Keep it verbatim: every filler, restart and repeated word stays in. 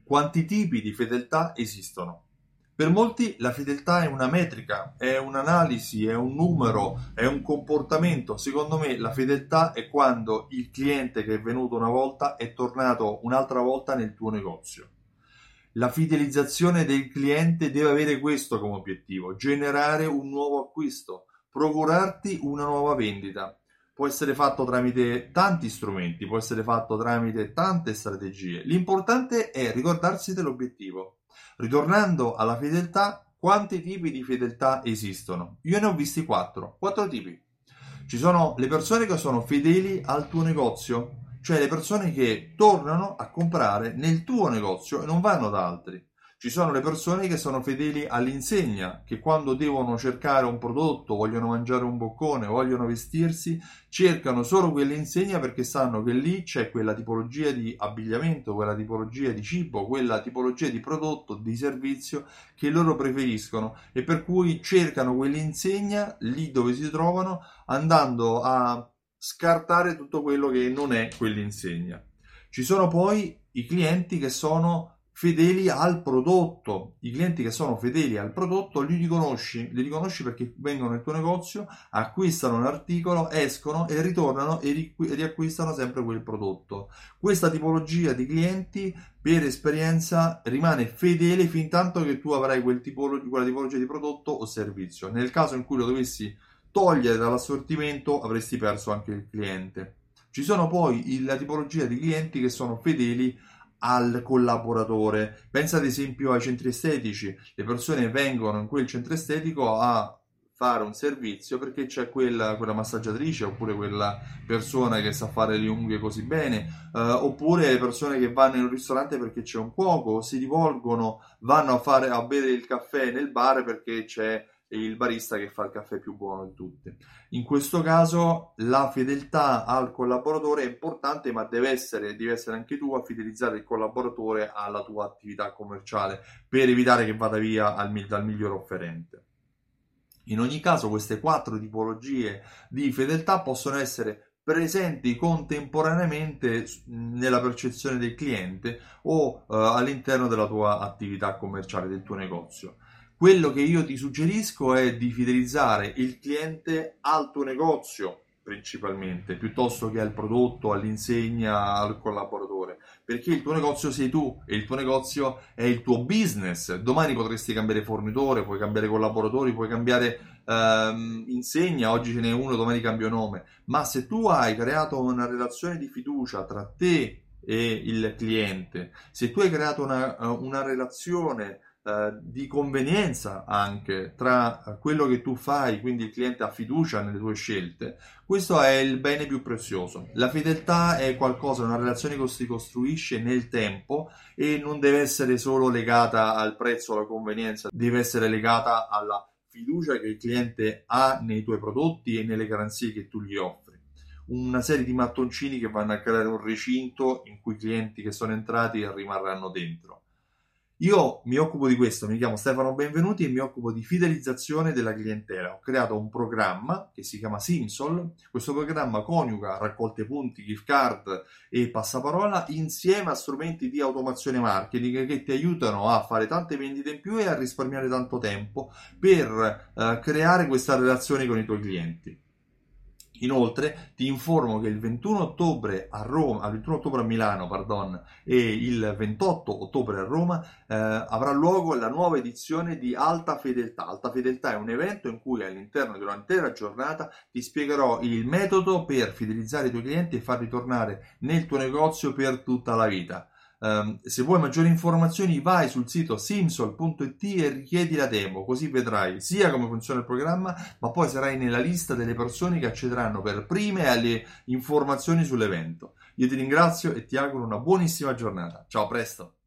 quanti tipi di fedeltà esistono. Per molti la fedeltà è una metrica, è un'analisi, è un numero, è un comportamento. Secondo me la fedeltà è quando il cliente che è venuto una volta è tornato un'altra volta nel tuo negozio. La fidelizzazione del cliente deve avere questo come obiettivo: generare un nuovo acquisto, procurarti una nuova vendita. Può essere fatto tramite tanti strumenti, può essere fatto tramite tante strategie. L'importante è ricordarsi dell'obiettivo. Ritornando alla fedeltà, quanti tipi di fedeltà esistono? Io ne ho visti quattro, quattro tipi. Ci sono le persone che sono fedeli al tuo negozio, cioè le persone che tornano a comprare nel tuo negozio e non vanno da altri. Ci sono le persone che sono fedeli all'insegna, che quando devono cercare un prodotto, vogliono mangiare un boccone, vogliono vestirsi, cercano solo quell'insegna perché sanno che lì c'è quella tipologia di abbigliamento, quella tipologia di cibo, quella tipologia di prodotto, di servizio che loro preferiscono e per cui cercano quell'insegna lì dove si trovano, andando a scartare tutto quello che non è quell'insegna. Ci sono poi i clienti che sono fedeli al prodotto. I clienti che sono fedeli al prodotto li riconosci, li riconosci perché vengono nel tuo negozio, acquistano un articolo, escono e ritornano e riacquistano sempre quel prodotto. Questa tipologia di clienti per esperienza rimane fedele fin tanto che tu avrai quel tipolo, quella tipologia di prodotto o servizio. Nel caso in cui lo dovessi togliere dall'assortimento avresti perso anche il cliente. Ci sono poi la tipologia di clienti che sono fedeli al collaboratore. Pensa ad esempio ai centri estetici. Le persone vengono in quel centro estetico a fare un servizio perché c'è quella, quella massaggiatrice oppure quella persona che sa fare le unghie così bene, eh, oppure le persone che vanno in un ristorante perché c'è un cuoco, si rivolgono, vanno a fare a bere il caffè nel bar perché c'è il barista che fa il caffè più buono di tutte. In questo caso la fedeltà al collaboratore è importante, ma deve essere, deve essere anche tu a fidelizzare il collaboratore alla tua attività commerciale per evitare che vada via al, dal miglior offerente. In ogni caso queste quattro tipologie di fedeltà possono essere presenti contemporaneamente nella percezione del cliente o eh, all'interno della tua attività commerciale, del tuo negozio. Quello che io ti suggerisco è di fidelizzare il cliente al tuo negozio principalmente, piuttosto che al prodotto, all'insegna, al collaboratore, perché il tuo negozio sei tu e il tuo negozio è il tuo business. Domani potresti cambiare fornitore, puoi cambiare collaboratori, puoi cambiare ehm, insegna, oggi ce n'è uno, domani cambio nome, ma se tu hai creato una relazione di fiducia tra te e il cliente, se tu hai creato una, una relazione Uh, di convenienza anche tra uh, quello che tu fai, quindi il cliente ha fiducia nelle tue scelte, questo è il bene più prezioso. La fedeltà è qualcosa, una relazione che si costruisce nel tempo e non deve essere solo legata al prezzo, alla convenienza, deve essere legata alla fiducia che il cliente ha nei tuoi prodotti e nelle garanzie che tu gli offri. Una serie di mattoncini che vanno a creare un recinto in cui i clienti che sono entrati rimarranno dentro. Io mi occupo di questo, mi chiamo Stefano Benvenuti e mi occupo di fidelizzazione della clientela. Ho creato un programma che si chiama Simsol. Questo programma coniuga raccolte punti, gift card e passaparola insieme a strumenti di automazione marketing che ti aiutano a fare tante vendite in più e a risparmiare tanto tempo per eh, creare questa relazione con i tuoi clienti. Inoltre ti informo che il ventuno ottobre a Roma, il ventuno ottobre a Milano, pardon, e il ventotto ottobre a Roma eh, avrà luogo la nuova edizione di Alta Fedeltà. Alta Fedeltà è un evento in cui all'interno di un'intera giornata ti spiegherò il metodo per fidelizzare i tuoi clienti e farli tornare nel tuo negozio per tutta la vita. Um, se vuoi maggiori informazioni vai sul sito simsol punto it e richiedi la demo, così vedrai sia come funziona il programma, ma poi sarai nella lista delle persone che accederanno per prime alle informazioni sull'evento. Io ti ringrazio e ti auguro una buonissima giornata. Ciao, a presto!